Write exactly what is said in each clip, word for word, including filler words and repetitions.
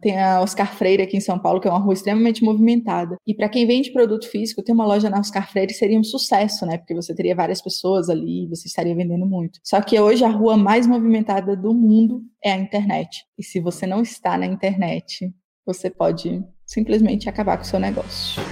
Tem a Oscar Freire aqui em São Paulo, que é uma rua extremamente movimentada. E para quem vende produto físico, ter uma loja na Oscar Freire seria um sucesso, né? Porque você teria várias pessoas ali, você estaria vendendo muito. Só que hoje a rua mais movimentada do mundo é a internet. E se você não está na internet, você pode simplesmente acabar com o seu negócio.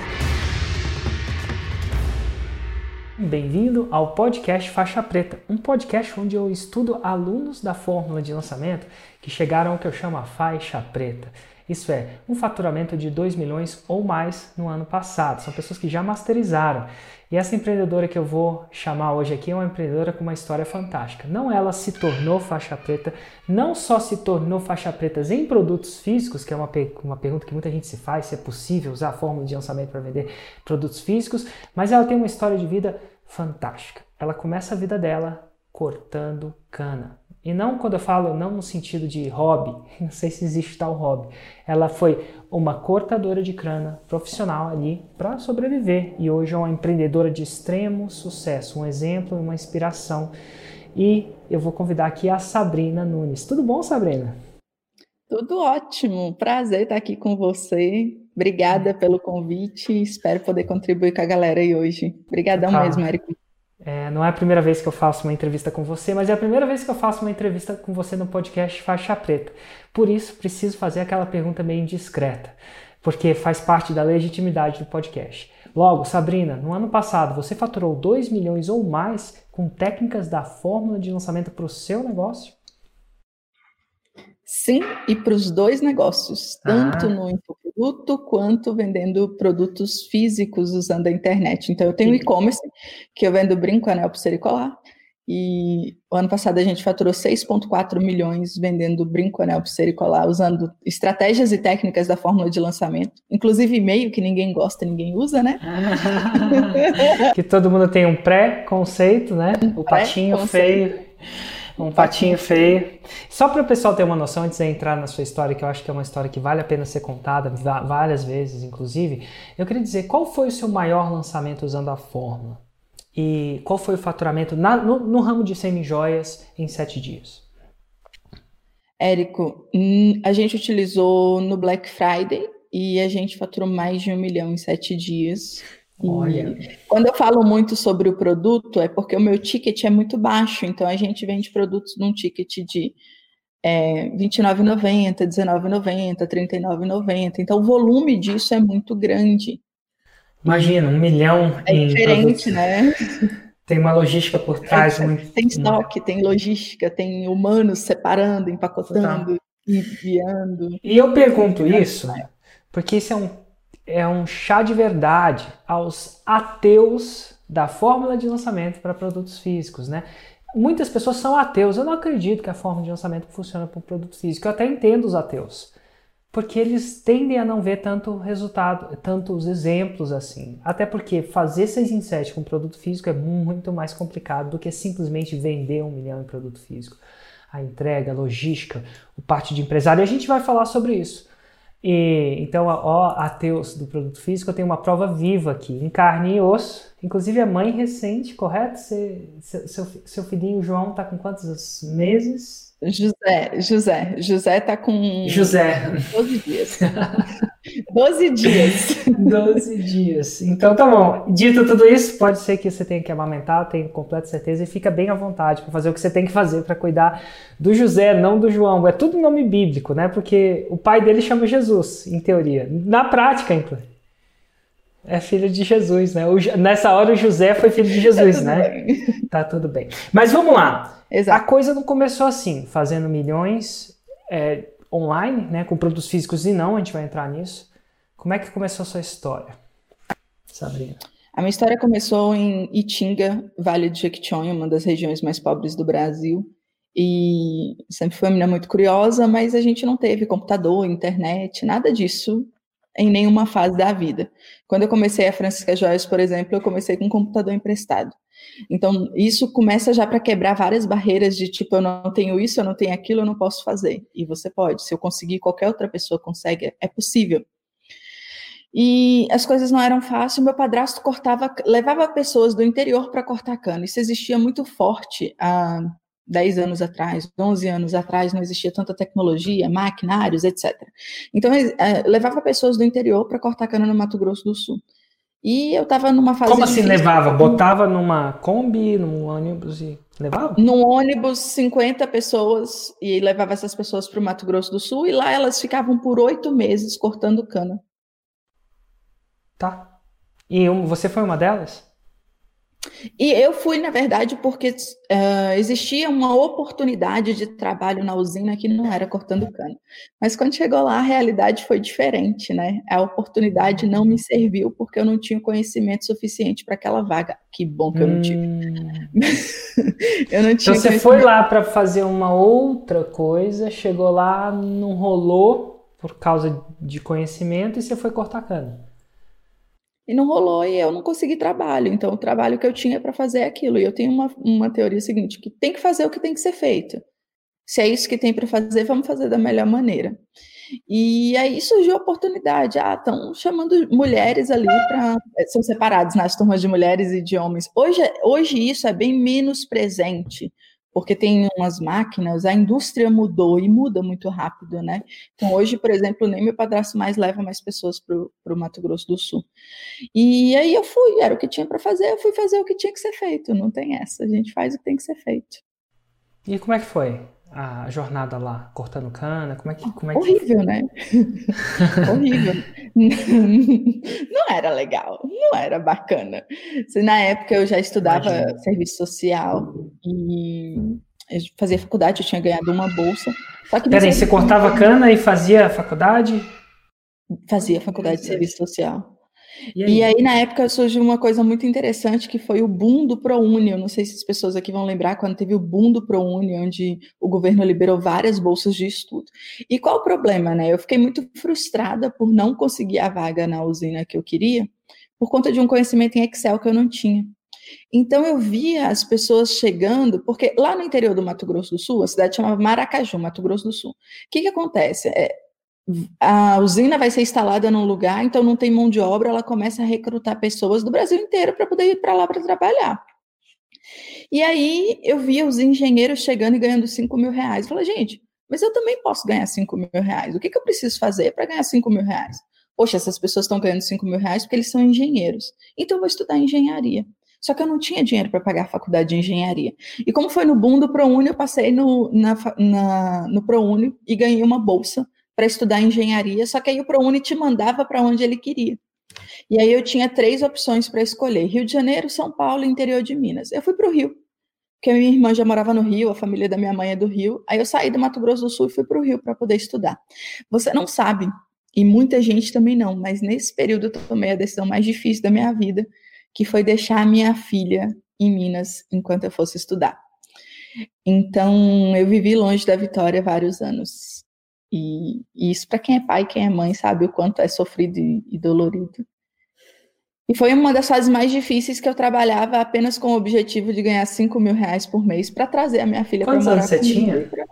Bem-vindo ao podcast Faixa Preta, um podcast onde eu estudo alunos da fórmula de lançamento que chegaram ao que eu chamo a faixa preta. Isso é, um faturamento de dois milhões ou mais no ano passado. São pessoas que já masterizaram. E essa empreendedora que eu vou chamar hoje aqui é uma empreendedora com uma história fantástica. Não ela se tornou faixa preta, não só se tornou faixa pretas em produtos físicos, que é uma, pe- uma pergunta que muita gente se faz, se é possível usar a fórmula de lançamento para vender produtos físicos, mas ela tem uma história de vida fantástica. Ela começa a vida dela cortando cana. E não quando eu falo, não no sentido de hobby, não sei se existe tal hobby. Ela foi uma cortadora de cana profissional ali para sobreviver. E hoje é uma empreendedora de extremo sucesso, um exemplo e uma inspiração. E eu vou convidar aqui a Sabrina Nunes. Tudo bom, Sabrina? Tudo ótimo, prazer estar aqui com você. Obrigada pelo convite, espero poder contribuir com a galera aí hoje. Obrigadão Tá. mesmo, Érico. É, não é a primeira vez que eu faço uma entrevista com você, mas é a primeira vez que eu faço uma entrevista com você no podcast Faixa Preta. Por isso, preciso fazer aquela pergunta meio indiscreta, porque faz parte da legitimidade do podcast. Logo, Sabrina, no ano passado você faturou dois milhões ou mais com técnicas da fórmula de lançamento para o seu negócio? Sim, e para os dois negócios, tanto Ah. no infoproduto quanto vendendo produtos físicos usando a internet. Então, eu tenho e-commerce, que eu vendo brinco, anel, pulseira e colar, e o ano passado a gente faturou seis vírgula quatro milhões vendendo brinco, anel, pulseira e colar, usando estratégias e técnicas da fórmula de lançamento, inclusive e-mail, que ninguém gosta, ninguém usa, né? Que todo mundo tem um pré-conceito, né? O patinho feio. Um patinho feio. Só para o pessoal ter uma noção, antes de entrar na sua história, que eu acho que é uma história que vale a pena ser contada várias vezes, inclusive, eu queria dizer, qual foi o seu maior lançamento usando a fórmula? E qual foi o faturamento na, no, no ramo de semi-joias em sete dias? Érico, a gente utilizou no Black Friday e a gente faturou mais de um milhão em sete dias. Olha. E quando eu falo muito sobre o produto, é porque o meu ticket é muito baixo, então a gente vende produtos num ticket de é, vinte e nove reais e noventa centavos, dezenove reais e noventa centavos, trinta e nove reais e noventa centavos. Então o volume disso é muito grande. Imagina, um milhão é em diferente, produtos. Né? Tem uma logística por trás. É, muito... Tem estoque, tem logística, tem humanos separando, empacotando, enviando. E eu pergunto isso porque isso é um é um chá de verdade aos ateus da fórmula de lançamento para produtos físicos, né? Muitas pessoas são ateus. Eu não acredito que a fórmula de lançamento funciona para um produto físico. Eu até entendo os ateus, porque eles tendem a não ver tanto resultado, tantos exemplos assim. Até porque fazer seis em sete com produto físico é muito mais complicado do que simplesmente vender um milhão em produto físico. A entrega, a logística, o parte de empresário. E a gente vai falar sobre isso. E, então, ó, ateus do produto físico, eu tenho uma prova viva aqui, em carne e osso. Inclusive, a mãe recente, correto? Você, seu, seu filhinho João está com quantos meses? José, José. José está com José. doze dias. doze dias. doze dias. Então tá bom. Dito tudo isso, pode ser que você tenha que amamentar, tenho completa certeza, e fica bem à vontade para fazer o que você tem que fazer para cuidar do José, não do João. É tudo nome bíblico, né? Porque o pai dele chama Jesus, em teoria. Na prática, inclusive. É filho de Jesus, né? O, nessa hora o José foi filho de Jesus, tá né? Bem. Tá tudo bem. Mas vamos lá. Exato. A coisa não começou assim, fazendo milhões é, online, né? Com produtos físicos e não, a gente vai entrar nisso. Como é que começou a sua história, Sabrina? A minha história começou em Itinga, Vale do Jequitinhonha, uma das regiões mais pobres do Brasil. E sempre fui uma menina muito curiosa, mas a gente não teve computador, internet, nada disso em nenhuma fase da vida. Quando eu comecei a Francisca Joias, por exemplo, eu comecei com um computador emprestado. Então, isso começa já para quebrar várias barreiras de tipo, eu não tenho isso, eu não tenho aquilo, eu não posso fazer. E você pode. Se eu conseguir, qualquer outra pessoa consegue, é possível. E as coisas não eram fáceis, meu padrasto cortava, levava pessoas do interior para cortar cana. Isso existia muito forte há dez anos atrás, onze anos atrás, não existia tanta tecnologia, maquinários, etcétera. Então, eu, é, levava pessoas do interior para cortar cana no Mato Grosso do Sul. E eu estava numa fase Como assim difícil. levava? Botava numa Kombi, num ônibus e levava? Num ônibus, cinquenta pessoas, e levava essas pessoas para o Mato Grosso do Sul, e lá elas ficavam por oito meses cortando cana. Tá. E um, você foi uma delas? E eu fui, na verdade, porque uh, existia uma oportunidade de trabalho na usina que não era cortando cana. Mas quando chegou lá, a realidade foi diferente, né? A oportunidade não me serviu porque eu não tinha conhecimento suficiente para aquela vaga. Que bom que eu não tive. Hum. eu não tinha então você foi lá para fazer uma outra coisa, chegou lá, não rolou por causa de conhecimento e você foi cortar cana. E não rolou e eu não consegui trabalho. Então, o trabalho que eu tinha para fazer é aquilo. E eu tenho uma, uma teoria seguinte, que tem que fazer o que tem que ser feito. Se é isso que tem para fazer, vamos fazer da melhor maneira. E aí surgiu a oportunidade. Ah, estão chamando mulheres ali para... São separados nas turmas de mulheres e de homens. Hoje, hoje isso é bem menos presente, porque tem umas máquinas, a indústria mudou e muda muito rápido, né? Então, hoje, por exemplo, nem meu padrasto mais leva mais pessoas para o Mato Grosso do Sul. E aí eu fui, era o que tinha para fazer, eu fui fazer o que tinha que ser feito, não tem essa, a gente faz o que tem que ser feito. E como é que foi a jornada lá, cortando cana? Como é que, como é que... Horrível, né? Horrível. Não era legal, não era bacana. Na época eu já estudava Imagina. serviço social e eu fazia faculdade, eu tinha ganhado uma bolsa. Peraí, você cortava cana e fazia faculdade? Fazia faculdade de serviço social. E aí? e aí, na época, surgiu uma coisa muito interessante, que foi o boom do ProUni. Eu não sei se as pessoas aqui vão lembrar, quando teve o boom do ProUni, onde o governo liberou várias bolsas de estudo. E qual o problema, né? Eu fiquei muito frustrada por não conseguir a vaga na usina que eu queria, por conta de um conhecimento em Excel que eu não tinha. Então, eu via as pessoas chegando, porque lá no interior do Mato Grosso do Sul, a cidade chamava Maracaju, Mato Grosso do Sul. O que que acontece? É, a usina vai ser instalada num lugar, então não tem mão de obra, ela começa a recrutar pessoas do Brasil inteiro para poder ir para lá para trabalhar. E aí eu via os engenheiros chegando e ganhando cinco mil reais. Eu falei, gente, mas eu também posso ganhar cinco mil reais. O que, que eu preciso fazer para ganhar cinco mil reais? Poxa, essas pessoas estão ganhando cinco mil reais porque eles são engenheiros. Então eu vou estudar engenharia. Só que eu não tinha dinheiro para pagar a faculdade de engenharia. E como foi no boom do ProUni, eu passei no, na, na, no ProUni e ganhei uma bolsa para estudar engenharia, só que aí o ProUni te mandava para onde ele queria. E aí eu tinha três opções para escolher: Rio de Janeiro, São Paulo e interior de Minas. Eu fui para o Rio, porque a minha irmã já morava no Rio, a família da minha mãe é do Rio. Aí eu saí do Mato Grosso do Sul e fui para o Rio para poder estudar. Você não sabe, e muita gente também não, mas nesse período eu tomei a decisão mais difícil da minha vida, que foi deixar a minha filha em Minas enquanto eu fosse estudar. Então, eu vivi longe da Vitória vários anos. E, e isso, para quem é pai, quem é mãe, sabe o quanto é sofrido e, e dolorido. E foi uma das fases mais difíceis, que eu trabalhava apenas com o objetivo de ganhar cinco mil reais por mês para trazer a minha filha para morar comigo. Quantos anos você tinha? Pra...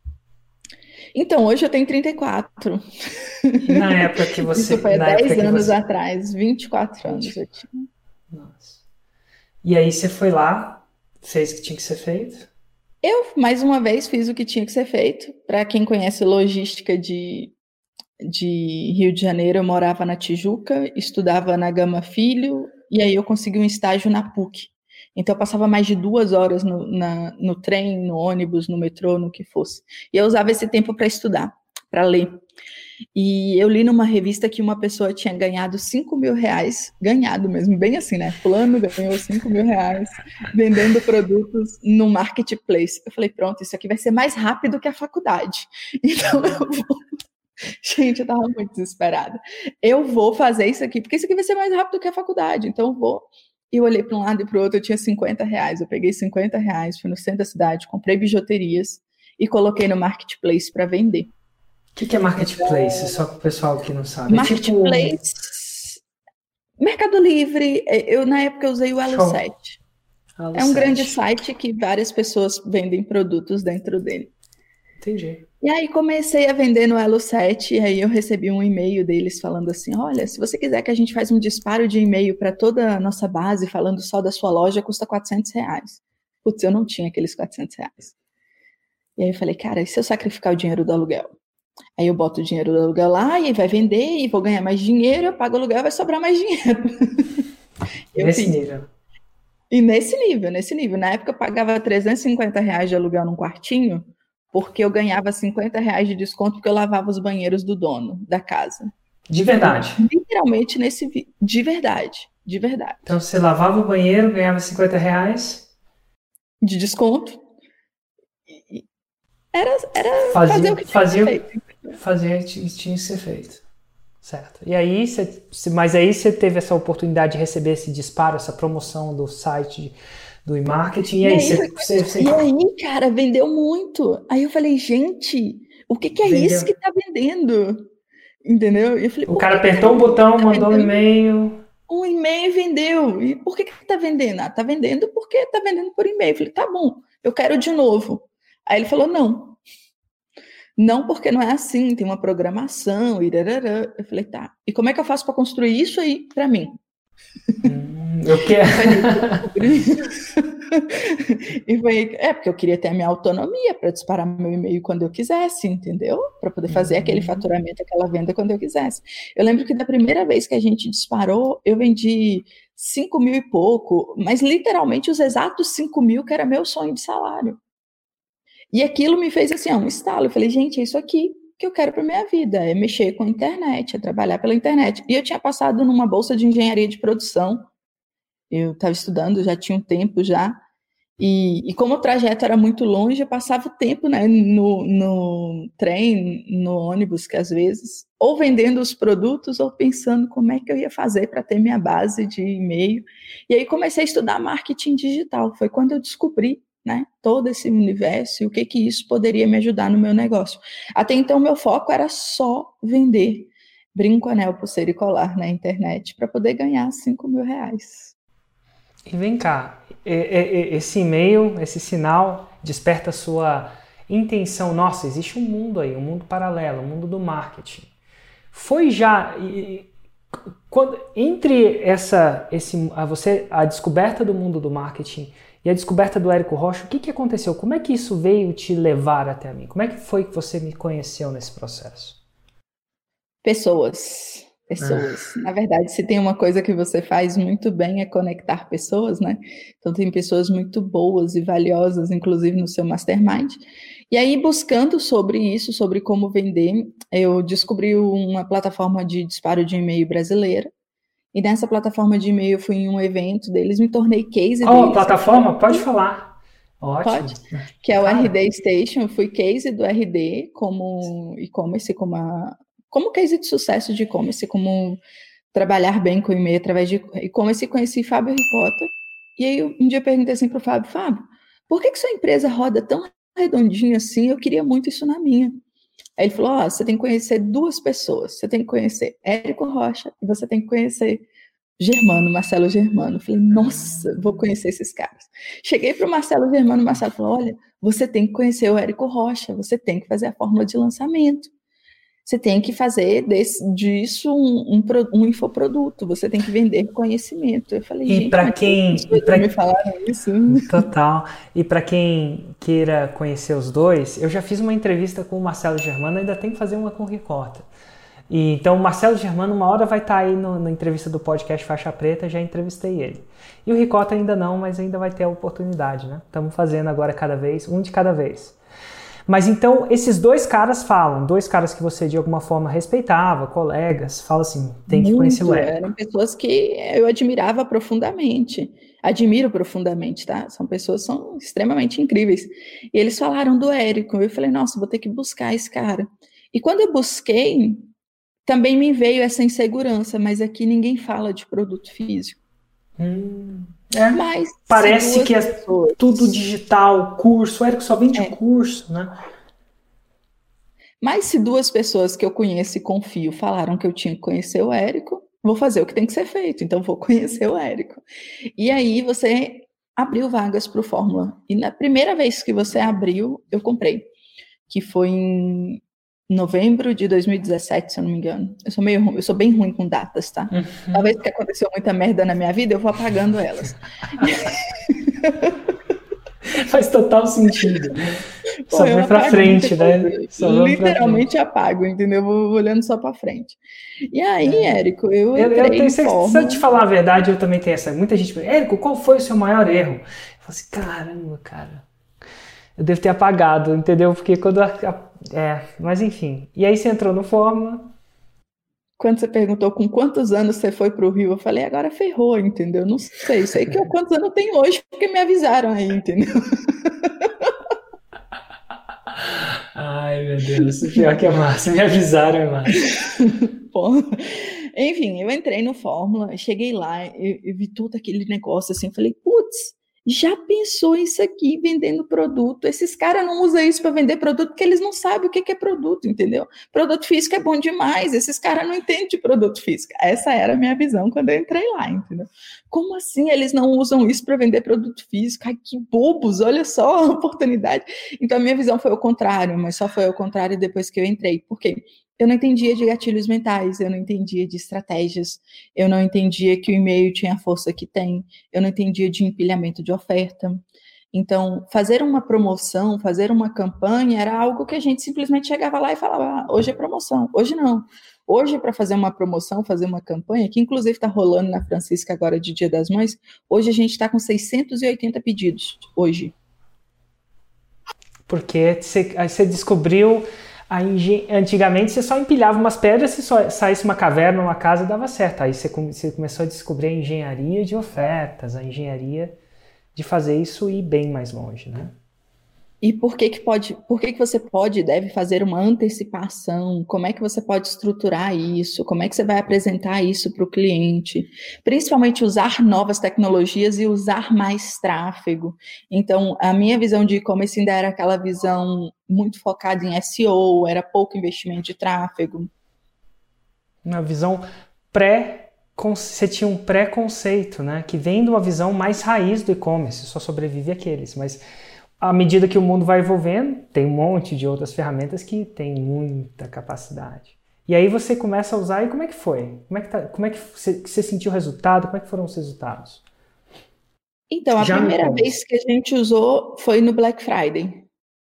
Então, hoje eu tenho trinta e quatro. E na época que você... Isso foi há dez anos você... atrás, vinte e quatro anos eu tinha. Nossa. E aí você foi lá, fez o que tinha que ser feito? Eu, mais uma vez, fiz o que tinha que ser feito. Para quem conhece logística de, de Rio de Janeiro, eu morava na Tijuca, estudava na Gama Filho, e aí eu consegui um estágio na P U C. Então eu passava mais de duas horas no, na, no trem, no ônibus, no metrô, no que fosse. E eu usava esse tempo para estudar, para ler. E eu li numa revista que uma pessoa tinha ganhado cinco mil reais, ganhado mesmo, bem assim, né? Fulano ganhou cinco mil reais vendendo produtos no marketplace. Eu falei, pronto, isso aqui vai ser mais rápido que a faculdade. Então eu vou... Gente, eu tava muito desesperada. Eu vou fazer isso aqui, porque isso aqui vai ser mais rápido que a faculdade. Então eu vou... E eu olhei para um lado e para o outro, eu tinha cinquenta reais. Eu peguei cinquenta reais, fui no centro da cidade, comprei bijuterias e coloquei no marketplace para vender. O que, que é marketplace? Só para o pessoal que não sabe. Marketplace, é tipo... Mercado Livre, eu na época eu usei o Elo sete. Elo é um sete. grande site que várias pessoas vendem produtos dentro dele. Entendi. E aí comecei a vender no Elo sete, e aí eu recebi um e-mail deles falando assim, olha, se você quiser que a gente faça um disparo de e-mail para toda a nossa base, falando só da sua loja, custa quatrocentos reais. Putz, eu não tinha aqueles quatrocentos reais. E aí eu falei, cara, e se eu sacrificar o dinheiro do aluguel? Aí eu boto o dinheiro do aluguel lá, e aí vai vender, e vou ganhar mais dinheiro, eu pago o aluguel, vai sobrar mais dinheiro. Eu Nesse fiz. nível. E nesse nível, nesse nível. Na época eu pagava trezentos e cinquenta reais de aluguel num quartinho, porque eu ganhava cinquenta reais de desconto porque eu lavava os banheiros do dono da casa. De verdade. Literalmente nesse vídeo. De verdade. De verdade. Então você lavava o banheiro, ganhava cinquenta reais. De desconto. Era, era fazia, fazer o que tinha fazia, que ser feito. Fazia o que tinha que ser feito. Certo. E aí, você, mas aí você teve essa oportunidade de receber esse disparo, essa promoção do site do e-marketing. E, e, aí, você, você, você... e aí, cara, vendeu muito. Aí eu falei, gente, o que, que é vendeu. Isso que tá vendendo? Entendeu? E eu falei, o cara que apertou que um botão, tá mandou vendendo? um e-mail. Um e-mail vendeu. E por que, que tá vendendo? Ah, tá vendendo porque tá vendendo por e-mail. Eu falei, tá bom, eu quero de novo. Aí ele falou, não. Não, porque não é assim, tem uma programação. Irarará. Eu falei, tá. E como é que eu faço para construir isso aí para mim? Hum, eu quero. E foi, é, porque eu queria ter a minha autonomia para disparar meu e-mail quando eu quisesse, entendeu? Para poder fazer uhum. aquele faturamento, aquela venda quando eu quisesse. Eu lembro que da primeira vez que a gente disparou, eu vendi cinco mil e pouco, mas literalmente os exatos cinco mil que era meu sonho de salário. E aquilo me fez assim, um estalo. Eu falei, gente, é isso aqui que eu quero para minha vida, é mexer com a internet, é trabalhar pela internet. E eu tinha passado numa bolsa de engenharia de produção. Eu estava estudando, já tinha um tempo já. E, e como o trajeto era muito longe, eu passava o tempo, né, no, no trem, no ônibus, que às vezes, ou vendendo os produtos, ou pensando como é que eu ia fazer para ter minha base de e-mail. E aí comecei a estudar marketing digital. Foi quando eu descobri, né, todo esse universo e o que que isso poderia me ajudar no meu negócio. Até então, meu foco era só vender brinco, anel, pulseira e colar na internet para poder ganhar cinco mil reais. E vem cá, esse e-mail, esse sinal desperta a sua intenção. Nossa, existe um mundo aí, um mundo paralelo, um mundo do marketing. Foi já... Quando, entre essa, esse, a, você, a descoberta do mundo do marketing e a descoberta do Érico Rocha, o que, que aconteceu? Como é que isso veio te levar até mim? Como é que foi que você me conheceu nesse processo? Pessoas. Pessoas. Ah. Na verdade, se tem uma coisa que você faz muito bem é conectar pessoas, né? Então tem pessoas muito boas e valiosas, inclusive no seu mastermind. E aí, buscando sobre isso, sobre como vender, eu descobri uma plataforma de disparo de e-mail brasileira. E nessa plataforma de e-mail eu fui em um evento deles, me tornei case oh, deles. Oh, plataforma? Pode falar. Ótimo. Pode. Que é o Cara. R D Station. Eu fui case do R D como e-commerce, como, a, como case de sucesso de e-commerce, como trabalhar bem com e-mail através de e-commerce. Conheci Fábio Ricota. E aí um dia eu perguntei assim para o Fábio, Fábio, por que, que sua empresa roda tão redondinho assim? Eu queria muito isso na minha. Aí ele falou, ó, oh, você tem que conhecer duas pessoas, você tem que conhecer Érico Rocha e você tem que conhecer Germano, Marcelo Germano. Eu falei, nossa, vou conhecer esses caras. Cheguei para o Marcelo Germano, o Marcelo falou, olha, você tem que conhecer o Érico Rocha, você tem que fazer a fórmula de lançamento. Você tem que fazer desse, disso um, um, um infoproduto, você tem que vender conhecimento. Eu falei, e gente, para quem e pra... me falaram isso. Total. E para quem queira conhecer os dois, eu já fiz uma entrevista com o Marcelo Germano, ainda tem que fazer uma com o Ricota. E, então o Marcelo Germano uma hora vai estar aí no, na entrevista do podcast Faixa Preta, já entrevistei ele. E o Ricota ainda não, mas ainda vai ter a oportunidade, né? Estamos fazendo agora cada vez, um de cada vez. Mas então, esses dois caras falam, dois caras que você de alguma forma respeitava, colegas, fala assim, tem que Muito, conhecer o Érico. Eram pessoas que eu admirava profundamente, admiro profundamente, tá? São pessoas que são extremamente incríveis. E eles falaram do Érico, eu falei, nossa, vou ter que buscar esse cara. E quando eu busquei, também me veio essa insegurança, mas aqui ninguém fala de produto físico. Hum. É, mas parece que é pessoas... tudo digital, curso, o Érico só vende é. curso, né? Mas se duas pessoas que eu conheço e confio falaram que eu tinha que conhecer o Érico, vou fazer o que tem que ser feito, então vou conhecer o Érico. E aí você abriu vagas para o Fórmula. E na primeira vez que você abriu, eu comprei, que foi em novembro de dois mil e dezessete, se eu não me engano. Eu sou meio ruim, eu sou bem ruim com datas, tá? Uhum. Talvez porque aconteceu muita merda na minha vida, eu vou apagando elas. Faz total sentido. Pô, Só eu vai pra apago frente, muita coisa. né? Só vai pra Literalmente frente. apago, entendeu? Vou olhando só pra frente. E aí, É. Érico, eu Eu, eu entrei tenho no certeza, se eu Fórmula. te falar a verdade, eu também tenho essa. Muita gente pergunta, Érico, qual foi o seu maior erro? Eu falo assim, caramba, cara. Eu devo ter apagado, entendeu? Porque quando. A, a, é, mas enfim. E aí você entrou no Fórmula. Quando você perguntou com quantos anos você foi para o Rio, eu falei, agora ferrou, entendeu? Não sei, sei que eu quantos anos eu tenho hoje, porque me avisaram aí, entendeu? Ai, meu Deus, o pior que é massa. Me avisaram, é massa. Pô. Enfim, eu entrei no Fórmula, cheguei lá, eu, eu vi todo aquele negócio assim, falei, putz, já pensou isso aqui vendendo produto? Esses caras não usam isso para vender produto porque eles não sabem o que que é produto, entendeu? Produto físico é bom demais, esses caras não entendem de produto físico. Essa era a minha visão quando eu entrei lá, entendeu? Como assim eles não usam isso para vender produto físico? Ai, que bobos, olha só a oportunidade. Então a minha visão foi o contrário, mas só foi o contrário depois que eu entrei. Por quê? Eu não entendia de gatilhos mentais, eu não entendia de estratégias, eu não entendia que o e-mail tinha a força que tem, eu não entendia de empilhamento de oferta. Então, fazer uma promoção, fazer uma campanha era algo que a gente simplesmente chegava lá e falava, ah, hoje é promoção, hoje não. Hoje, para fazer uma promoção, fazer uma campanha, que inclusive está rolando na Francisca agora de Dia das Mães, hoje a gente está com seiscentos e oitenta pedidos, hoje. Porque você, aí você descobriu. A engen... Antigamente você só empilhava umas pedras, se só saísse uma caverna, uma casa, dava certo. Aí você, come... você começou a descobrir a engenharia de ofertas, a engenharia de fazer isso ir bem mais longe, né? E por que que pode, por que que você pode e deve fazer uma antecipação? Como é que você pode estruturar isso? Como é que você vai apresentar isso para o cliente? Principalmente usar novas tecnologias e usar mais tráfego. Então, a minha visão de e-commerce ainda era aquela visão muito focada em S E O, era pouco investimento de tráfego. Uma visão pré você tinha um pré-conceito, né? Que vem de uma visão mais raiz do e-commerce, só sobrevive aqueles, mas à medida que o mundo vai evolvendo, tem um monte de outras ferramentas que tem muita capacidade. E aí você começa a usar, e como é que foi? Como é que, tá, como é que você, que você sentiu o resultado? Como é que foram os resultados? Então, a Já primeira vez que a gente usou foi no Black Friday.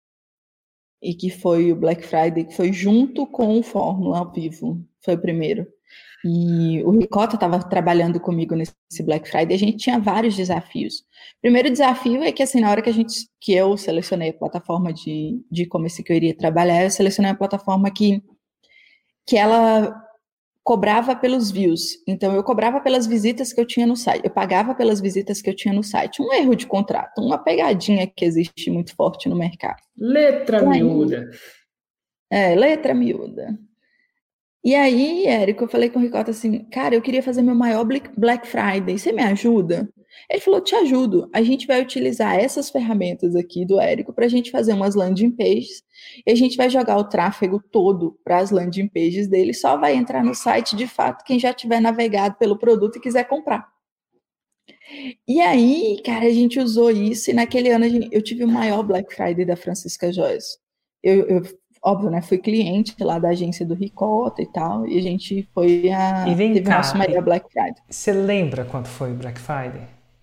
E que foi o Black Friday, que foi junto com o Fórmula ao vivo. Foi o primeiro. E o Ricota estava trabalhando comigo nesse Black Friday, a gente tinha vários desafios. O primeiro desafio é que, assim, na hora que a gente, que eu selecionei a plataforma de de e-commerce que eu iria trabalhar, eu selecionei a plataforma que, que ela cobrava pelos views. Então, eu cobrava pelas visitas que eu tinha no site, eu pagava pelas visitas que eu tinha no site. Um erro de contrato, uma pegadinha que existe muito forte no mercado. Letra E aí, miúda. é, letra miúda. E aí, Érico, eu falei com o Ricota assim, cara, eu queria fazer meu maior Black Friday, você me ajuda? Ele falou, te ajudo, a gente vai utilizar essas ferramentas aqui do Érico para a gente fazer umas landing pages e a gente vai jogar o tráfego todo para as landing pages dele, só vai entrar no site de fato quem já tiver navegado pelo produto e quiser comprar. E aí, cara, a gente usou isso e naquele ano gente, eu tive o maior Black Friday da Francisca Joias. Eu, eu óbvio, né? Fui cliente lá da agência do Ricota e tal, e a gente foi a. E vem Teve o nosso cá, maior Black Friday. você lembra quanto foi o Black Friday?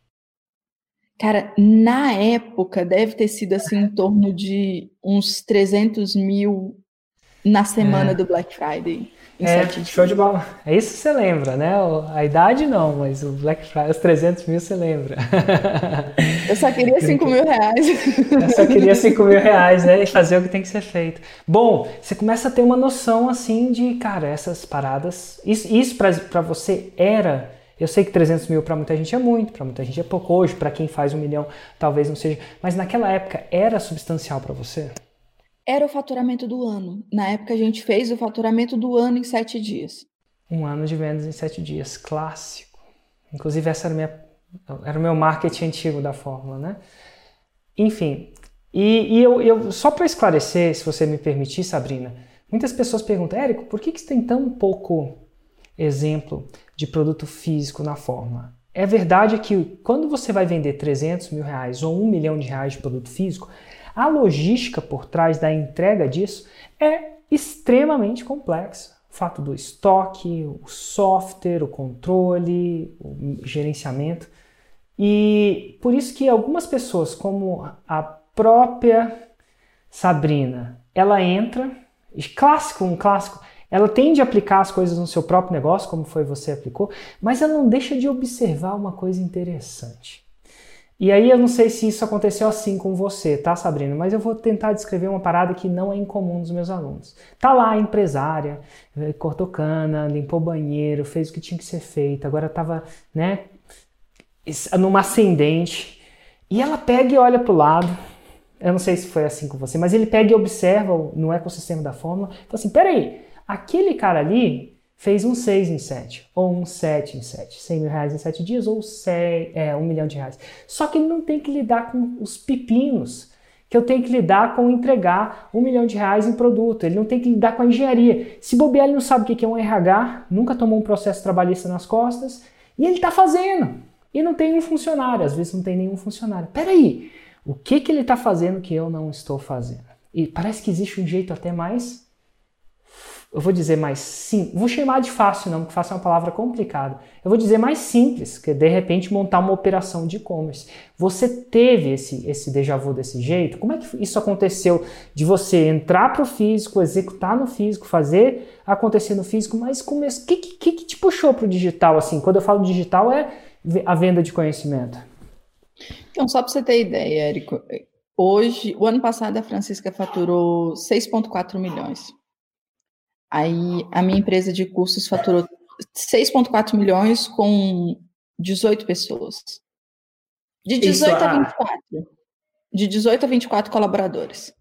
Cara, na época deve ter sido assim em torno de uns trezentos mil na semana É, do Black Friday, em é, sete show de dias. bola. É isso que você lembra, né? A idade não, mas o Black Friday, os trezentos mil você lembra. Eu só queria cinco mil reais. Eu só queria cinco mil reais, né? E fazer o que tem que ser feito. Bom, você começa a ter uma noção assim de, cara, essas paradas. Isso, isso pra, pra você era. Eu sei que trezentos mil pra muita gente é muito, pra muita gente é pouco. Hoje, pra quem faz um milhão, talvez não seja. Mas naquela época era substancial pra você? Era o faturamento do ano. Na época a gente fez o faturamento do ano em sete dias. Um ano de vendas em sete dias, clássico. Inclusive, essa era, minha, era o meu marketing antigo da Fórmula, né? Enfim, e, e eu, eu só para esclarecer, se você me permitir, Sabrina, muitas pessoas perguntam, Érico, por que, que você tem tão pouco exemplo de produto físico na Fórmula? É verdade que quando você vai vender trezentos mil reais ou um milhão de reais de produto físico, a logística por trás da entrega disso é extremamente complexa. O fato do estoque, o software, o controle, o gerenciamento. E por isso que algumas pessoas, como a própria Sabrina, ela entra, clássico, um clássico, ela tende a aplicar as coisas no seu próprio negócio, como foi você aplicou, mas ela não deixa de observar uma coisa interessante. E aí eu não sei se isso aconteceu assim com você, tá, Sabrina? Mas eu vou tentar descrever uma parada que não é incomum dos meus alunos. Tá lá a empresária, cortou cana, limpou o banheiro, fez o que tinha que ser feito, agora tava, né, numa ascendente, e ela pega e olha pro lado. Eu não sei se foi assim com você, mas ele pega e observa no ecossistema da fórmula e fala assim, peraí, aquele cara ali fez um seis em sete, ou um sete em sete, cem mil reais em sete dias, ou cem, é, um milhão de reais. Só que ele não tem que lidar com os pepinos, que eu tenho que lidar com entregar um milhão de reais em produto, ele não tem que lidar com a engenharia. Se bobear, ele não sabe o que é um R H, nunca tomou um processo trabalhista nas costas, e ele está fazendo. E não tem um funcionário, às vezes não tem nenhum funcionário. Peraí, o que, que ele está fazendo que eu não estou fazendo? E parece que existe um jeito até mais, eu vou dizer mais simples, vou chamar de fácil não, porque fácil é uma palavra complicada. Eu vou dizer mais simples, que é de repente montar uma operação de e-commerce. Você teve esse, esse déjà vu desse jeito? Como é que isso aconteceu de você entrar para o físico, executar no físico, fazer acontecer no físico, mas o que, que, que te puxou para o digital? Assim? Quando eu falo digital é a venda de conhecimento. Então, só para você ter ideia, Érico, hoje, o ano passado a Francisca faturou seis vírgula quatro milhões. Aí a minha empresa de cursos faturou seis vírgula quatro milhões com dezoito pessoas. De dezoito Isso, a vinte e quatro. De dezoito a vinte e quatro colaboradores.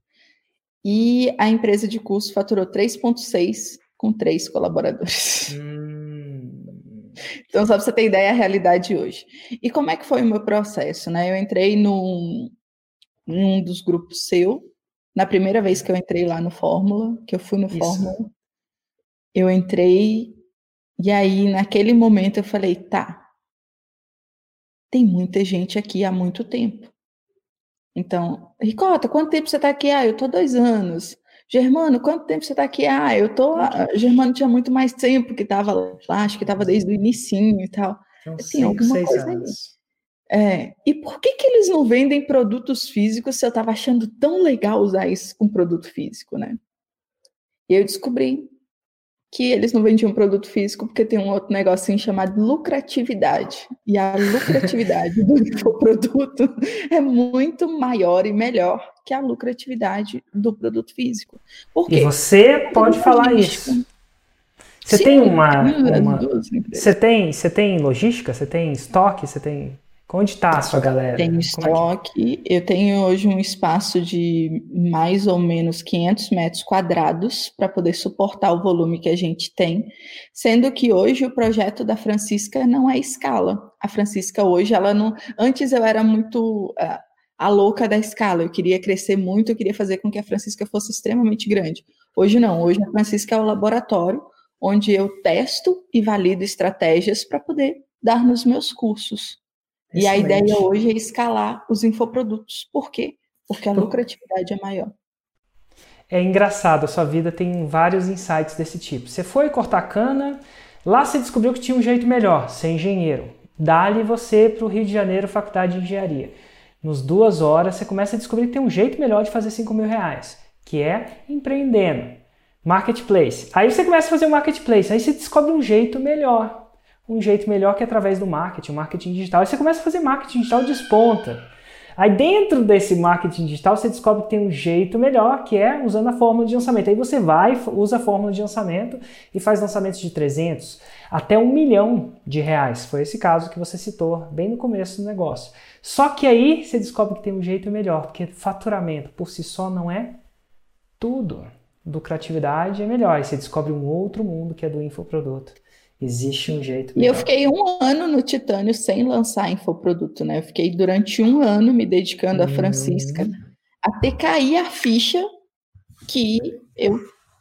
E a empresa de cursos faturou três vírgula seis com três colaboradores. Hum. Então, só para você ter ideia, a realidade hoje. E como é que foi o meu processo, né? Eu entrei num, num dos grupos seu, na primeira vez que eu entrei lá no Fórmula, que eu fui no Isso. Fórmula, eu entrei, e aí, naquele momento, eu falei, tá, tem muita gente aqui há muito tempo. Então, Ricota, quanto tempo você está aqui? Ah, eu tô dois anos. Germano, quanto tempo você está aqui? Ah, eu tô... Germano tinha muito mais tempo que estava lá, acho que estava desde o inicinho e tal. Então, tem alguma seis coisa anos. Aí. É, e por que que eles não vendem produtos físicos se eu estava achando tão legal usar isso com produto físico, né? E eu descobri que eles não vendiam produto físico porque tem um outro negocinho chamado lucratividade. E a lucratividade do infoproduto é muito maior e melhor que a lucratividade do produto físico. Por quê? E você pode falar logística. Isso. Você Sim, tem uma... uma você, tem, você tem logística? Você tem estoque? Você tem... Onde está a sua galera? Tenho estoque, é que... eu tenho hoje um espaço de mais ou menos quinhentos metros quadrados para poder suportar o volume que a gente tem, sendo que hoje o projeto da Francisca não é escala. A Francisca hoje, ela não... Antes eu era muito uh, a louca da escala, eu queria crescer muito, eu queria fazer com que a Francisca fosse extremamente grande. Hoje não, hoje a Francisca é o laboratório onde eu testo e valido estratégias para poder dar nos meus cursos. E Excelente. A ideia hoje é escalar os infoprodutos. Por quê? Porque a lucratividade é maior. É engraçado, a sua vida tem vários insights desse tipo. Você foi cortar cana, lá você descobriu que tinha um jeito melhor, ser engenheiro. Dá-lhe você para o Rio de Janeiro, faculdade de engenharia. Nos duas horas você começa a descobrir que tem um jeito melhor de fazer cinco mil reais, que é empreendendo. Marketplace. Aí você começa a fazer o marketplace, aí você descobre um jeito melhor. Um jeito melhor que é através do marketing, marketing digital. Aí você começa a fazer marketing digital desponta. Aí dentro desse marketing digital você descobre que tem um jeito melhor, que é usando a fórmula de lançamento. Aí você vai, usa a fórmula de lançamento e faz lançamentos de trezentos até um milhão de reais. Foi esse caso que você citou bem no começo do negócio. Só que aí você descobre que tem um jeito melhor, porque faturamento por si só não é tudo. Lucratividade é melhor. Aí você descobre um outro mundo que é do infoproduto. Existe um jeito melhor. E eu fiquei um ano no Titânio sem lançar infoproduto, né? Eu fiquei durante um ano me dedicando hum. à Francisca, até cair a ficha que eu,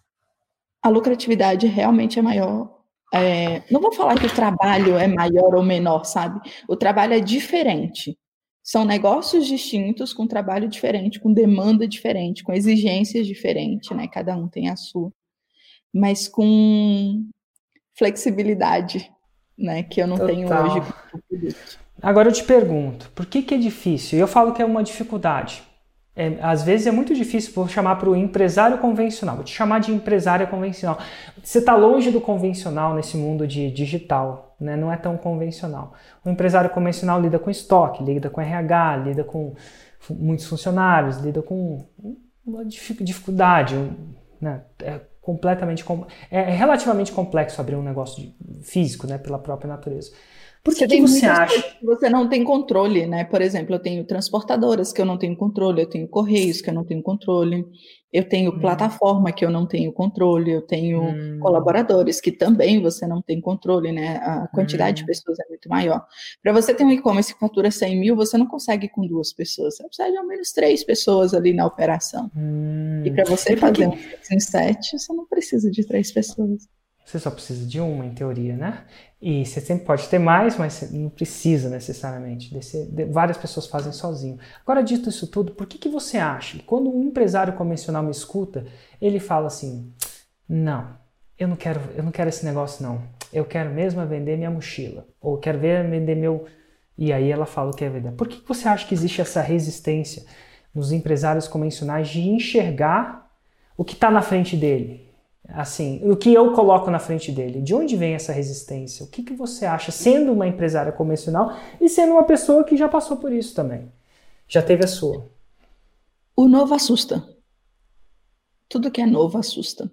a lucratividade realmente é maior. É, não vou falar que o trabalho é maior ou menor, sabe? O trabalho é diferente. São negócios distintos, com trabalho diferente, com demanda diferente, com exigências diferentes, né? Cada um tem a sua. Mas com flexibilidade, né? Que eu não Total. tenho hoje com o produto. Agora eu te pergunto, por que que é difícil? Eu falo que é uma dificuldade. É, às vezes é muito difícil, vou chamar para o empresário convencional, vou te chamar de empresária convencional. Você está longe do convencional nesse mundo de digital, né? Não é tão convencional. O empresário convencional lida com estoque, lida com R H, lida com muitos funcionários, lida com uma dificuldade, né? É completamente, é relativamente complexo abrir um negócio físico, né? Pela própria natureza. Por que, Você que tem você muitas acha? coisas que você não tem controle, né? Por exemplo, eu tenho transportadoras que eu não tenho controle, eu tenho correios que eu não tenho controle, eu tenho Hum, plataforma que eu não tenho controle, eu tenho hum, colaboradores que também você não tem controle, né? A quantidade de hum, pessoas é muito maior. Para você ter um e-commerce que fatura cem mil, você não consegue com duas pessoas, você precisa de ao menos três pessoas ali na operação. E hum. para você E por fazer um que... Fix em sete, você não precisa de três pessoas. Você só precisa de uma, em teoria, né? E você sempre pode ter mais, mas você não precisa necessariamente. Desse, de, várias pessoas fazem sozinho. Agora, dito isso tudo, por que, que você acha que quando um empresário convencional me escuta, ele fala assim, não, eu não quero, eu não quero esse negócio não. Eu quero mesmo vender minha mochila. Ou quero ver vender meu... E aí ela fala o que é vender. Por que, que você acha que existe essa resistência nos empresários convencionais de enxergar o que está na frente dele? Assim, o que eu coloco na frente dele, de onde vem essa resistência? O que, que você acha, sendo uma empresária convencional e sendo uma pessoa que já passou por isso também, já teve a sua? O novo assusta. Tudo que é novo assusta.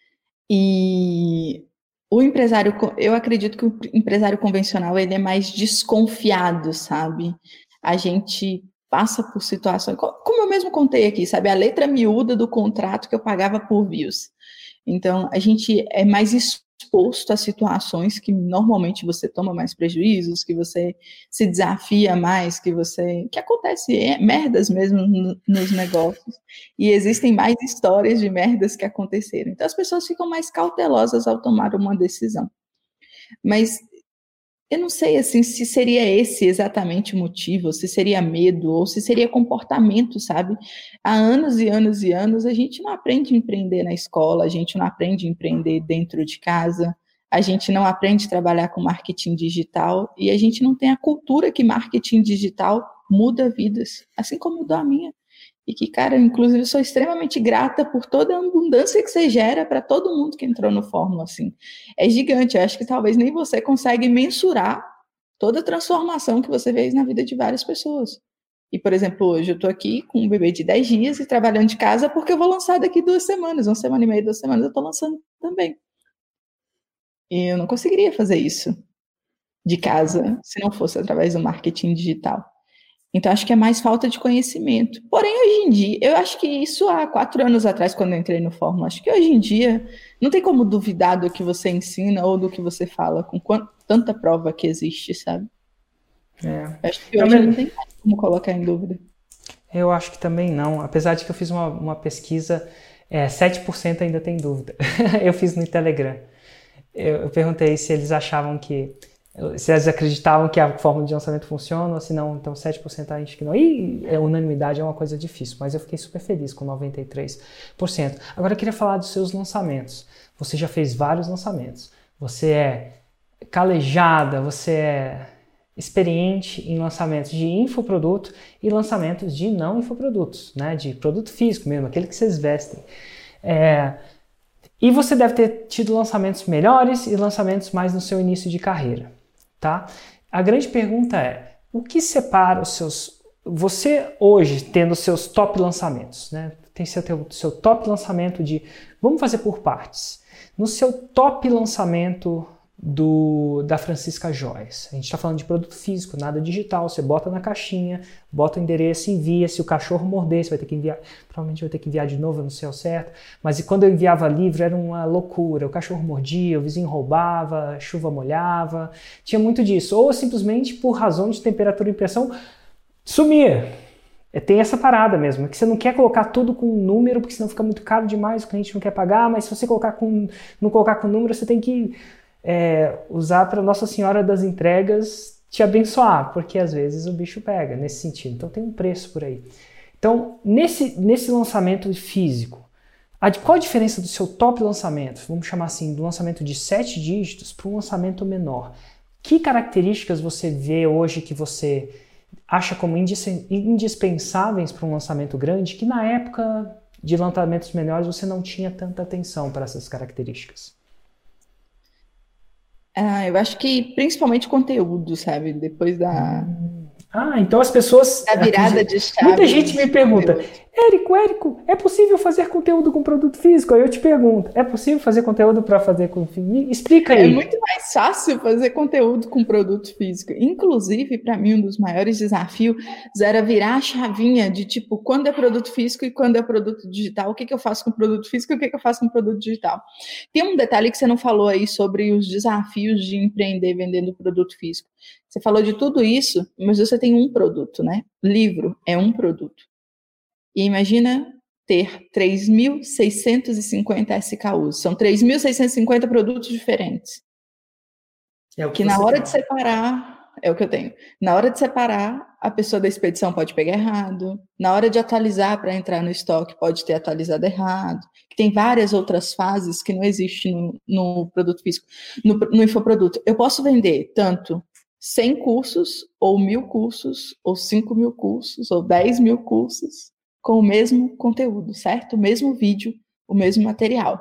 E o empresário, eu acredito que o empresário convencional ele é mais desconfiado, sabe? A gente passa por situações, como eu mesmo contei aqui, sabe? A letra miúda do contrato que eu pagava por views. Então, a gente é mais exposto a situações que normalmente você toma mais prejuízos, que você se desafia mais, que você... que acontece é, merdas mesmo no, nos negócios. E existem mais histórias de merdas que aconteceram. Então, as pessoas ficam mais cautelosas ao tomar uma decisão. Mas eu não sei assim, se seria esse exatamente o motivo, se seria medo, ou se seria comportamento, sabe? Há anos e anos e anos a gente não aprende a empreender na escola, a gente não aprende a empreender dentro de casa, a gente não aprende a trabalhar com marketing digital e a gente não tem a cultura que marketing digital muda vidas, assim como mudou a minha. E que, cara, inclusive, sou extremamente grata por toda a abundância que você gera para todo mundo que entrou no Fórmula, assim. É gigante, eu acho que talvez nem você consegue mensurar toda a transformação que você fez na vida de várias pessoas. E, por exemplo, hoje eu estou aqui com um bebê de dez dias e trabalhando de casa porque eu vou lançar daqui duas semanas, uma semana e meia, duas semanas eu estou lançando também. E eu não conseguiria fazer isso de casa se não fosse através do marketing digital. Então, acho que é mais falta de conhecimento. Porém, hoje em dia, eu acho que isso há quatro anos atrás, quando eu entrei no Fórmula, acho que hoje em dia não tem como duvidar do que você ensina ou do que você fala, com quant- tanta prova que existe, sabe? É. Eu acho que Eu, hoje não me... tem mais como colocar em dúvida. eu acho que também não, apesar de que eu fiz uma, uma pesquisa, é, sete por cento ainda tem dúvida. Eu fiz no Telegram. Eu, eu perguntei se eles achavam que se eles acreditavam que a fórmula de lançamento funciona ou se não, então sete por cento acho que não. E a unanimidade é uma coisa difícil, mas eu fiquei super feliz com noventa e três por cento. Agora eu queria falar dos seus lançamentos. Você já fez vários lançamentos. Você é calejada, você é experiente em lançamentos de infoproduto e lançamentos de não infoprodutos, né? De produto físico mesmo, aquele que vocês vestem. É... E você deve ter tido lançamentos melhores e lançamentos mais no seu início de carreira. Tá? A grande pergunta é, o que separa os seus... Você hoje tendo os seus top lançamentos, né? Tem seu, seu top lançamento de... Vamos fazer por partes. No seu top lançamento do, da Francisca Joias, a gente está falando de produto físico, nada digital, você bota na caixinha, bota o endereço, envia, se o cachorro morder, você vai ter que enviar, provavelmente vai ter que enviar de novo, eu não sei ao certo, mas quando eu enviava livro era uma loucura, o cachorro mordia, o vizinho roubava, a chuva molhava, tinha muito disso, ou simplesmente por razão de temperatura e pressão, sumia. Tem essa parada mesmo, que você não quer colocar tudo com um número, porque senão fica muito caro demais, o cliente não quer pagar, mas se você colocar com, não colocar com número, você tem que É, usar para Nossa Senhora das Entregas te abençoar, porque às vezes o bicho pega nesse sentido. Então tem um preço por aí. Então, nesse, nesse lançamento físico, a, qual a diferença do seu top lançamento, vamos chamar assim, do lançamento de sete dígitos para um lançamento menor? Que características você vê hoje que você acha como indispensáveis para um lançamento grande, que na época de lançamentos menores você não tinha tanta atenção para essas características? Ah, eu acho que principalmente conteúdo, sabe? Depois da... Hum. Ah, então as pessoas... A virada de chave. Muita gente me pergunta, Érico, Érico, é possível fazer conteúdo com produto físico? Aí eu te pergunto, é possível fazer conteúdo para fazer com... Explica aí. É muito mais fácil fazer conteúdo com produto físico. Inclusive, para mim, um dos maiores desafios era virar a chavinha de, tipo, quando é produto físico e quando é produto digital. O que, que eu faço com produto físico e o que, que eu faço com produto digital? Tem um detalhe que você não falou aí sobre os desafios de empreender vendendo produto físico. Você falou de tudo isso, mas você tem um produto, né? Livro é um produto. E imagina ter três mil seiscentos e cinquenta S K Us. São três mil seiscentos e cinquenta produtos diferentes. É o que, que na hora tem. de separar, é o que eu tenho. Na hora de separar, a pessoa da expedição pode pegar errado. Na hora de atualizar para entrar no estoque, pode ter atualizado errado. Tem várias outras fases que não existem no, no produto físico, no, no infoproduto. Eu posso vender tanto cem cursos, ou mil cursos, ou cinco mil cursos, ou dez mil cursos, com o mesmo conteúdo, certo? O mesmo vídeo, o mesmo material.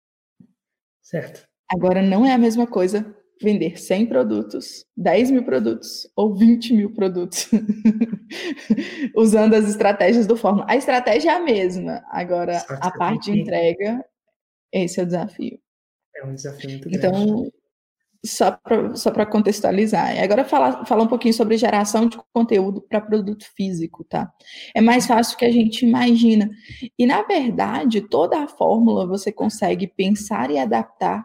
Certo. Agora, não é a mesma coisa vender cem produtos, dez mil produtos, ou vinte mil produtos, usando as estratégias do Fórmula. A estratégia é a mesma, agora, Exato, a parte de entrega, esse é o desafio. É um desafio muito grande. Então, só para só para contextualizar. E agora falar, falar um pouquinho sobre geração de conteúdo para produto físico, tá? É mais fácil do que a gente imagina. E, na verdade, toda a fórmula você consegue pensar e adaptar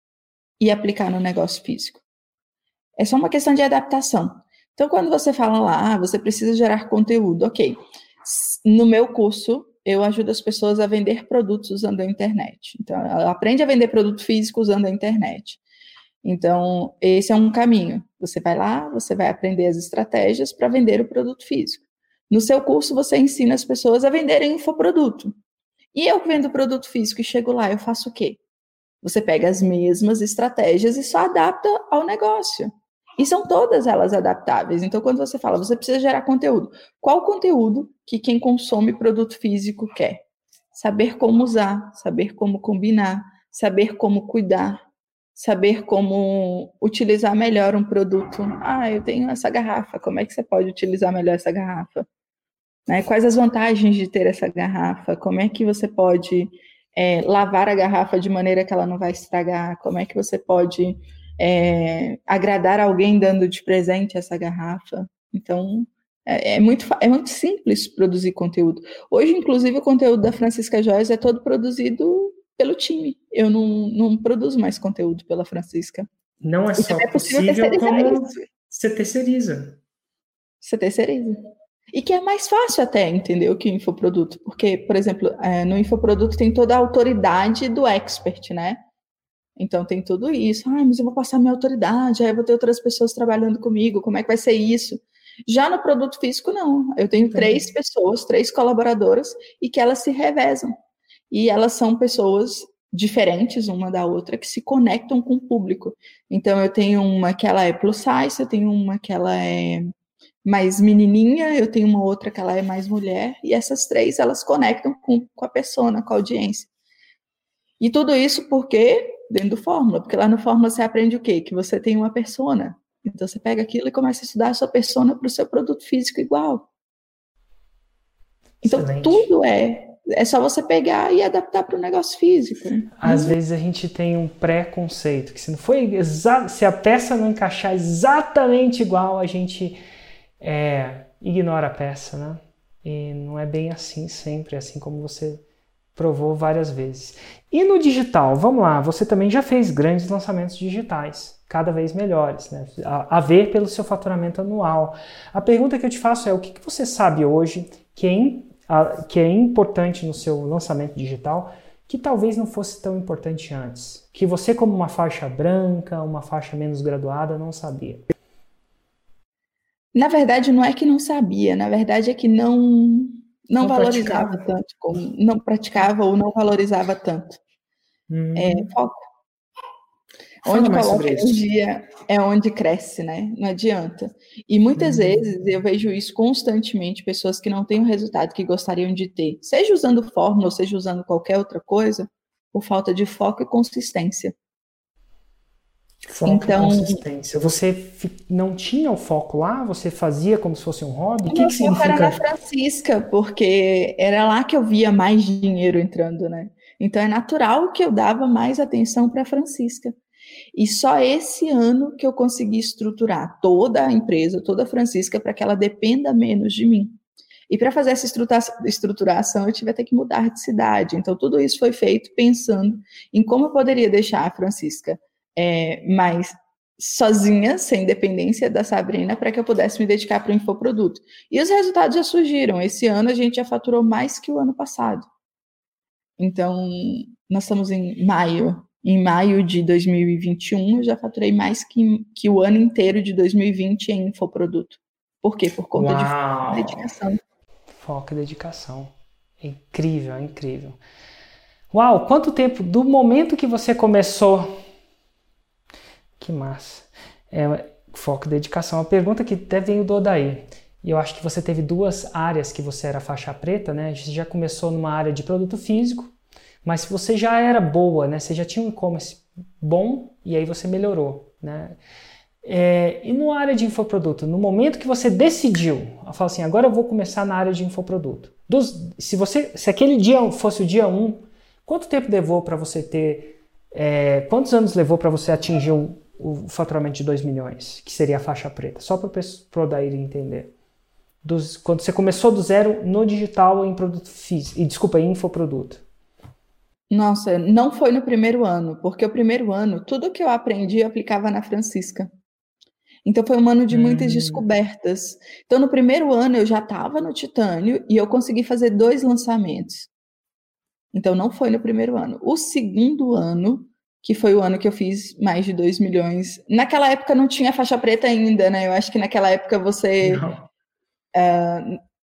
e aplicar no negócio físico. É só uma questão de adaptação. Então, quando você fala lá, ah, você precisa gerar conteúdo, ok. No meu curso, eu ajudo as pessoas a vender produtos usando a internet. Então, ela aprende a vender produto físico usando a internet. Então, esse é um caminho. Você vai lá, você vai aprender as estratégias para vender o produto físico. No seu curso, você ensina as pessoas a venderem infoproduto. E eu que vendo produto físico e chego lá, eu faço o quê? Você pega as mesmas estratégias e só adapta ao negócio. E são todas elas adaptáveis. Então, quando você fala, você precisa gerar conteúdo. Qual conteúdo que quem consome produto físico quer? Saber como usar, saber como combinar, saber como cuidar, saber como utilizar melhor um produto. Ah, eu tenho essa garrafa, como é que você pode utilizar melhor essa garrafa? Né? Quais as vantagens de ter essa garrafa? Como é que você pode é, lavar a garrafa de maneira que ela não vai estragar? Como é que você pode é, agradar alguém dando de presente essa garrafa? Então, é, é, muito, é muito simples produzir conteúdo. Hoje, inclusive, o conteúdo da Francisca Joias é todo produzido pelo time. Eu não, não produzo mais conteúdo pela Francisca. Não é só é possível, como isso. Você terceiriza. Você terceiriza. E que é mais fácil até, entendeu, que o infoproduto. Porque, por exemplo, é, no infoproduto tem toda a autoridade do expert, né? Então tem tudo isso. Ah, mas eu vou passar minha autoridade, aí eu vou ter outras pessoas trabalhando comigo, como é que vai ser isso? Já no produto físico, não. Eu tenho Entendi. três pessoas, três colaboradoras, e que elas se revezam. E elas são pessoas diferentes uma da outra, que se conectam com o público. Então, eu tenho uma que ela é plus size, eu tenho uma que ela é mais menininha, eu tenho uma outra que ela é mais mulher, e essas três, elas conectam com, com a persona, com a audiência. E tudo isso porque, dentro do Fórmula, porque lá no Fórmula você aprende o quê? Que você tem uma persona. Então, você pega aquilo e começa a estudar a sua persona para o seu produto físico igual. Então, Excelente. Tudo é... É só você pegar e adaptar para o negócio físico. Às hum. vezes a gente tem um preconceito, que se não for exa- se a peça não encaixar exatamente igual, a gente é, ignora a peça, né? E não é bem assim sempre, assim como você provou várias vezes. E no digital, vamos lá, você também já fez grandes lançamentos digitais, cada vez melhores, né? A, a ver pelo seu faturamento anual. A pergunta que eu te faço é, o que, que você sabe hoje que é importante que é importante no seu lançamento digital, que talvez não fosse tão importante antes, que você como uma faixa branca, uma faixa menos graduada, não sabia? Na verdade, não é que não sabia, na verdade é que não, não, não valorizava praticava. tanto, como, não praticava ou não valorizava tanto. Hum. É, foco. Fala Onde mais coloca sobre isso. energia é onde cresce, né? Não adianta. E muitas Hum. vezes eu vejo isso constantemente, pessoas que não têm o resultado que gostariam de ter, seja usando fórmula, ou seja usando qualquer outra coisa, por falta de foco e consistência. Foco Então, e consistência. Você fi- não tinha o foco lá? Você fazia como se fosse um hobby? O o que meu que foco era significa? na Francisca, porque era lá que eu via mais dinheiro entrando, né? Então é natural que eu dava mais atenção para a Francisca. E só esse ano que eu consegui estruturar toda a empresa, toda a Francisca, para que ela dependa menos de mim. E para fazer essa estruturação, eu tive até que mudar de cidade. Então, tudo isso foi feito pensando em como eu poderia deixar a Francisca é, mais sozinha, sem dependência da Sabrina, para que eu pudesse me dedicar para o infoproduto. E os resultados já surgiram. Esse ano a gente já faturou mais que o ano passado. Então, nós estamos em maio. Em maio de dois mil e vinte e um, eu já faturei mais que, que o ano inteiro de dois mil e vinte em infoproduto. Por quê? Por conta de Uau! dedicação. Foco e dedicação. É incrível, é incrível. Uau, quanto tempo do momento que você começou? Que massa. É, foco e dedicação. Uma pergunta que até veio do Odair. E eu acho que você teve duas áreas que você era faixa preta, né? Você já começou numa área de produto físico, mas se você já era boa, né? Você já tinha um e-commerce bom e aí você melhorou, né? É, e na área de infoproduto, no momento que você decidiu, fala assim, agora eu vou começar na área de infoproduto. Dos, se, você, se aquele dia fosse o dia um, quanto tempo levou para você ter, é, quantos anos levou para você atingir o, o faturamento de dois milhões, que seria a faixa preta? Só para o Odair entender. Dos, quando você começou do zero no digital em produto físico, e desculpa, em infoproduto. Nossa, não foi no primeiro ano, porque o primeiro ano, tudo que eu aprendi eu aplicava na Francisca. Então foi um ano de muitas Hum. descobertas. Então no primeiro ano eu já estava no Titânio e eu consegui fazer dois lançamentos. Então não foi no primeiro ano. O segundo ano, que foi o ano que eu fiz mais de dois milhões, naquela época não tinha faixa preta ainda, né? Eu acho que naquela época você... Uh,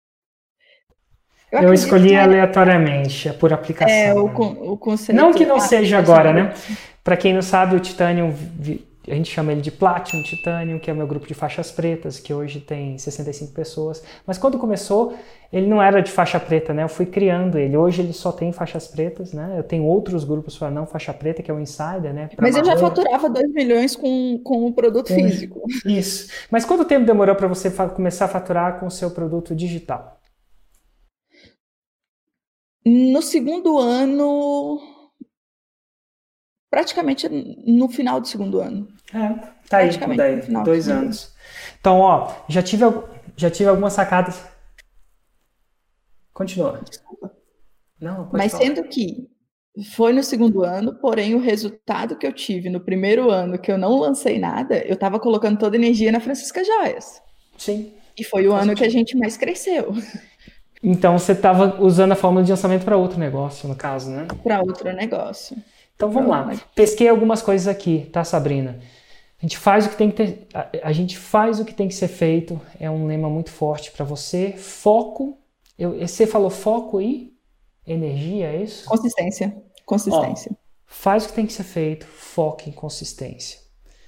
eu eu escolhi que aleatoriamente, por aplicação. É, o, o conceito... Não que não seja agora, né? Para quem não sabe, o Titânio, a gente chama ele de Platinum Titânio, que é o meu grupo de faixas pretas, que hoje tem sessenta e cinco pessoas. Mas quando começou, ele não era de faixa preta, né? Eu fui criando ele. Hoje ele só tem faixas pretas, né? Eu tenho outros grupos para não faixa preta, que é o Insider, né? Mas eu já faturava dois milhões com, com o produto com físico. Isso. Mas quanto tempo demorou para você começar a faturar com o seu produto digital? No segundo ano... Praticamente no final do segundo ano. É, tá aí, daí, dois anos. Então, ó, já tive, já tive algumas sacadas. Continua. Desculpa. Não, pode Mas falar. sendo que foi no segundo ano, porém o resultado que eu tive no primeiro ano, que eu não lancei nada, eu estava colocando toda a energia na Francisca Joias. Sim. E foi o ano sentido. que a gente mais cresceu. Então você estava usando a fórmula de lançamento para outro negócio, no caso, né? Para outro negócio. Então vamos lá, pesquei algumas coisas aqui, tá, Sabrina? A gente faz o que tem que ter, a, a gente faz o que tem que ser feito, é um lema muito forte para você. Foco, eu, você falou foco e energia, é isso? Consistência, consistência. Ó, faz o que tem que ser feito, foco em consistência.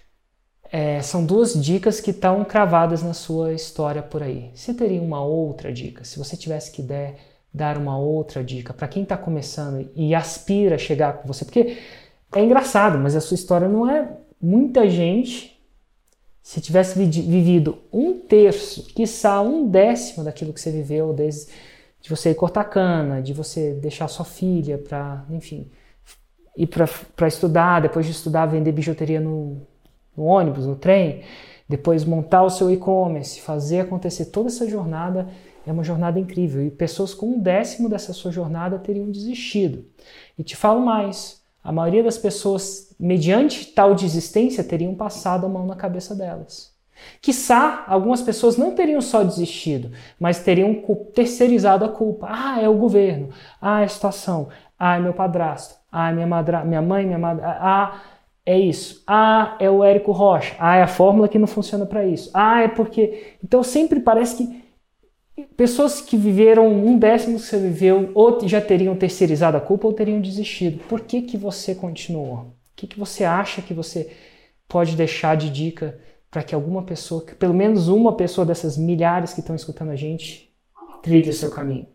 É, são duas dicas que estão cravadas na sua história por aí. Você teria uma outra dica? Se você tivesse que der... dar uma outra dica para quem está começando e aspira a chegar com você, porque é engraçado, mas a sua história não é muita gente, se tivesse vivido um terço, quiçá um décimo daquilo que você viveu, desde de você ir cortar cana, de você deixar sua filha para, enfim, ir para estudar, depois de estudar vender bijuteria no, no ônibus, no trem, depois montar o seu e-commerce, fazer acontecer toda essa jornada. É uma jornada incrível e pessoas com um décimo dessa sua jornada teriam desistido. E te falo mais, a maioria das pessoas, mediante tal desistência, teriam passado a mão na cabeça delas. Quiçá, algumas pessoas não teriam só desistido, mas teriam terceirizado a culpa. Ah, é o governo. Ah, é a situação. Ah, é meu padrasto. Ah, é minha, madra... minha mãe, minha madre... Ah, é isso. Ah, é o Érico Rocha. Ah, é a fórmula que não funciona para isso. Ah, é porque... Então sempre parece que pessoas que viveram um décimo que você viveu ou já teriam terceirizado a culpa ou teriam desistido. Por que que você continuou? que, que você acha que você pode deixar de dica para que alguma pessoa, que pelo menos uma pessoa dessas milhares que estão escutando a gente, trilhe o seu caminho?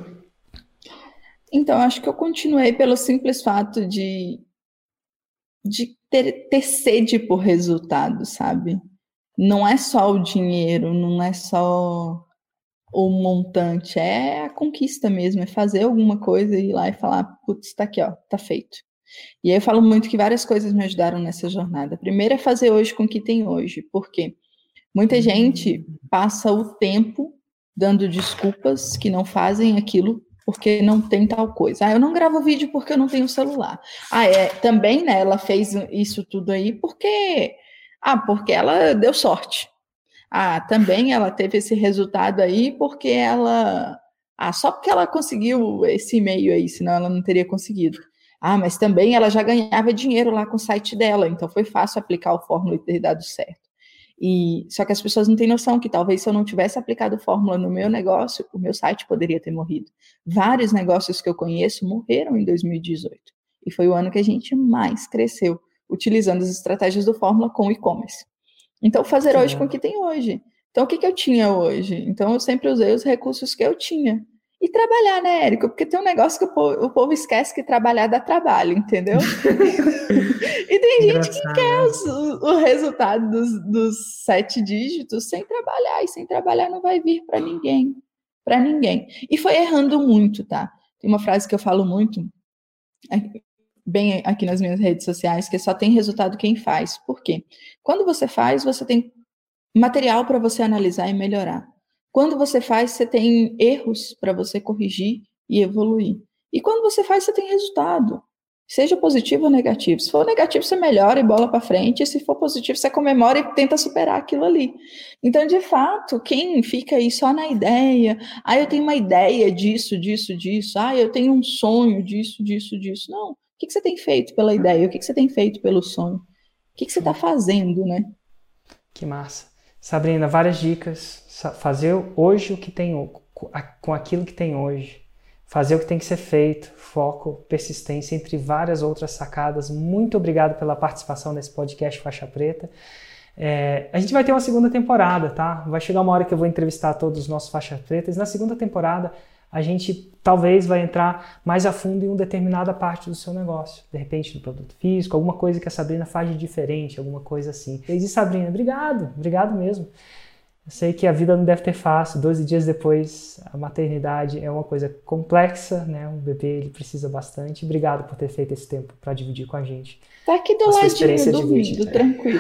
Então, acho que eu continuei pelo simples fato de, de ter, ter sede por resultado, sabe? Não é só o dinheiro, não é só o montante, é a conquista mesmo, é fazer alguma coisa e ir lá e falar, putz, tá aqui, ó, tá feito. E aí eu falo muito que várias coisas me ajudaram nessa jornada. Primeiro é fazer hoje com o que tem hoje, porque muita gente passa o tempo dando desculpas que não fazem aquilo porque não tem tal coisa. Ah, eu não gravo vídeo porque eu não tenho celular. Ah, é, também, né, ela fez isso tudo aí porque, ah, porque ela deu sorte. Ah, também ela teve esse resultado aí porque ela, ah, só porque ela conseguiu esse e-mail aí, senão ela não teria conseguido. Ah, mas também ela já ganhava dinheiro lá com o site dela, então foi fácil aplicar o fórmula e ter dado certo. E só que as pessoas não têm noção que talvez se eu não tivesse aplicado fórmula no meu negócio, o meu site poderia ter morrido. Vários negócios que eu conheço morreram em dois mil e dezoito. E foi o ano que a gente mais cresceu, utilizando as estratégias do fórmula com o e-commerce. Então, fazer que hoje bom. Com o que tem hoje. Então, o que, que eu tinha hoje? Então, eu sempre usei os recursos que eu tinha. E trabalhar, né, Érico? Porque tem um negócio que o povo, o povo esquece que trabalhar dá trabalho, entendeu? E tem gente que quer os, o, o resultado dos, dos sete dígitos sem trabalhar. E sem trabalhar não vai vir para ninguém. Para ninguém. E foi errando muito, tá? Tem uma frase que eu falo muito, bem aqui nas minhas redes sociais, que só tem resultado quem faz. Por quê? Quando você faz, você tem material para você analisar e melhorar. Quando você faz, você tem erros para você corrigir e evoluir. E quando você faz, você tem resultado. Seja positivo ou negativo. Se for negativo, você melhora e bola para frente. E se for positivo, você comemora e tenta superar aquilo ali. Então, de fato, quem fica aí só na ideia, ah, eu tenho uma ideia disso, disso, disso, ah, eu tenho um sonho disso, disso, disso. Não. O que você tem feito pela ideia? O que você tem feito pelo sonho? O que você está fazendo, né? Que massa. Sabrina, várias dicas. Fazer hoje o que tem, com aquilo que tem hoje. Fazer o que tem que ser feito. Foco, persistência, entre várias outras sacadas. Muito obrigado pela participação nesse podcast Faixa Preta. É, a gente vai ter uma segunda temporada, tá? Vai chegar uma hora que eu vou entrevistar todos os nossos Faixas Pretas. Na segunda temporada, a gente talvez vai entrar mais a fundo em uma determinada parte do seu negócio. De repente, no produto físico, alguma coisa que a Sabrina faz de diferente, alguma coisa assim. E Sabrina, obrigado, obrigado mesmo. Eu sei que a vida não deve ter fácil. doze dias depois, a maternidade é uma coisa complexa, né? Um bebê, ele precisa bastante. Obrigado por ter feito esse tempo para dividir com a gente. Tá aqui do ladinho, dormindo, tranquilo.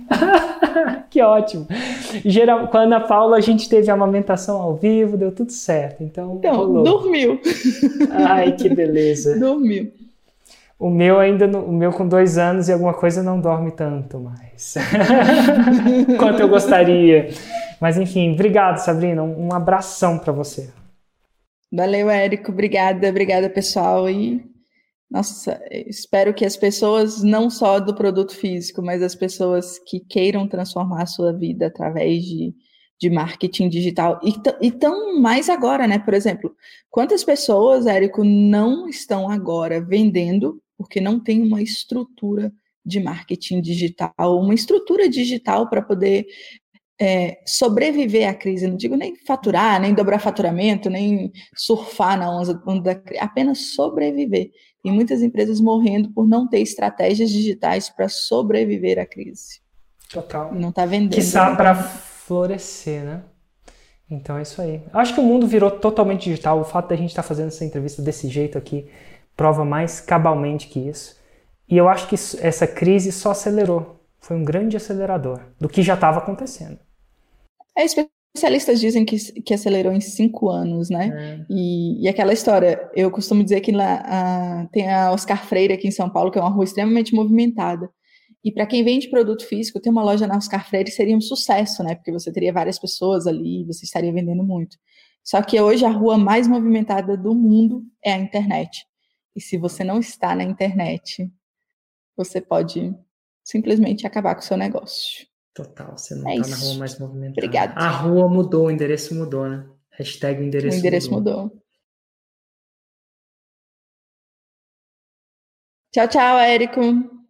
Que ótimo. Geral, com a Ana Paula, a gente teve a amamentação ao vivo, deu tudo certo. Então, então rolou. Dormiu. Ai, que beleza. Dormiu. O meu ainda, o meu com dois anos e alguma coisa não dorme tanto mais. Quanto eu gostaria. Mas enfim, obrigado, Sabrina. Um abração para você. Valeu, Érico. Obrigada, obrigada, pessoal. E, nossa, espero que as pessoas, não só do produto físico, mas as pessoas que queiram transformar a sua vida através de, de marketing digital. E, e tão mais agora, né? Por exemplo, quantas pessoas, Érico, não estão agora vendendo porque não tem uma estrutura de marketing digital, uma estrutura digital para poder é, sobreviver à crise. Não digo nem faturar, nem dobrar faturamento, nem surfar na onda, onda apenas sobreviver. Tem muitas empresas morrendo por não ter estratégias digitais para sobreviver à crise. Total. E não está vendendo. Quiçá para florescer, né? Então é isso aí. Acho que o mundo virou totalmente digital. O fato da gente estar fazendo essa entrevista desse jeito aqui prova mais cabalmente que isso. E eu acho que essa crise só acelerou. Foi um grande acelerador do que já estava acontecendo. É, especialistas dizem que, que acelerou em cinco anos, né? É. E, e aquela história, eu costumo dizer que lá a, tem a Oscar Freire aqui em São Paulo, que é uma rua extremamente movimentada. E para quem vende produto físico, ter uma loja na Oscar Freire seria um sucesso, né? Porque você teria várias pessoas ali, você estaria vendendo muito. Só que hoje a rua mais movimentada do mundo é a internet. E se você não está na internet, você pode simplesmente acabar com o seu negócio. Total, você não é está na rua mais movimentada. Obrigada. A rua mudou, o endereço mudou, né? Hashtag o endereço, o endereço mudou. mudou. Tchau, tchau, Érico.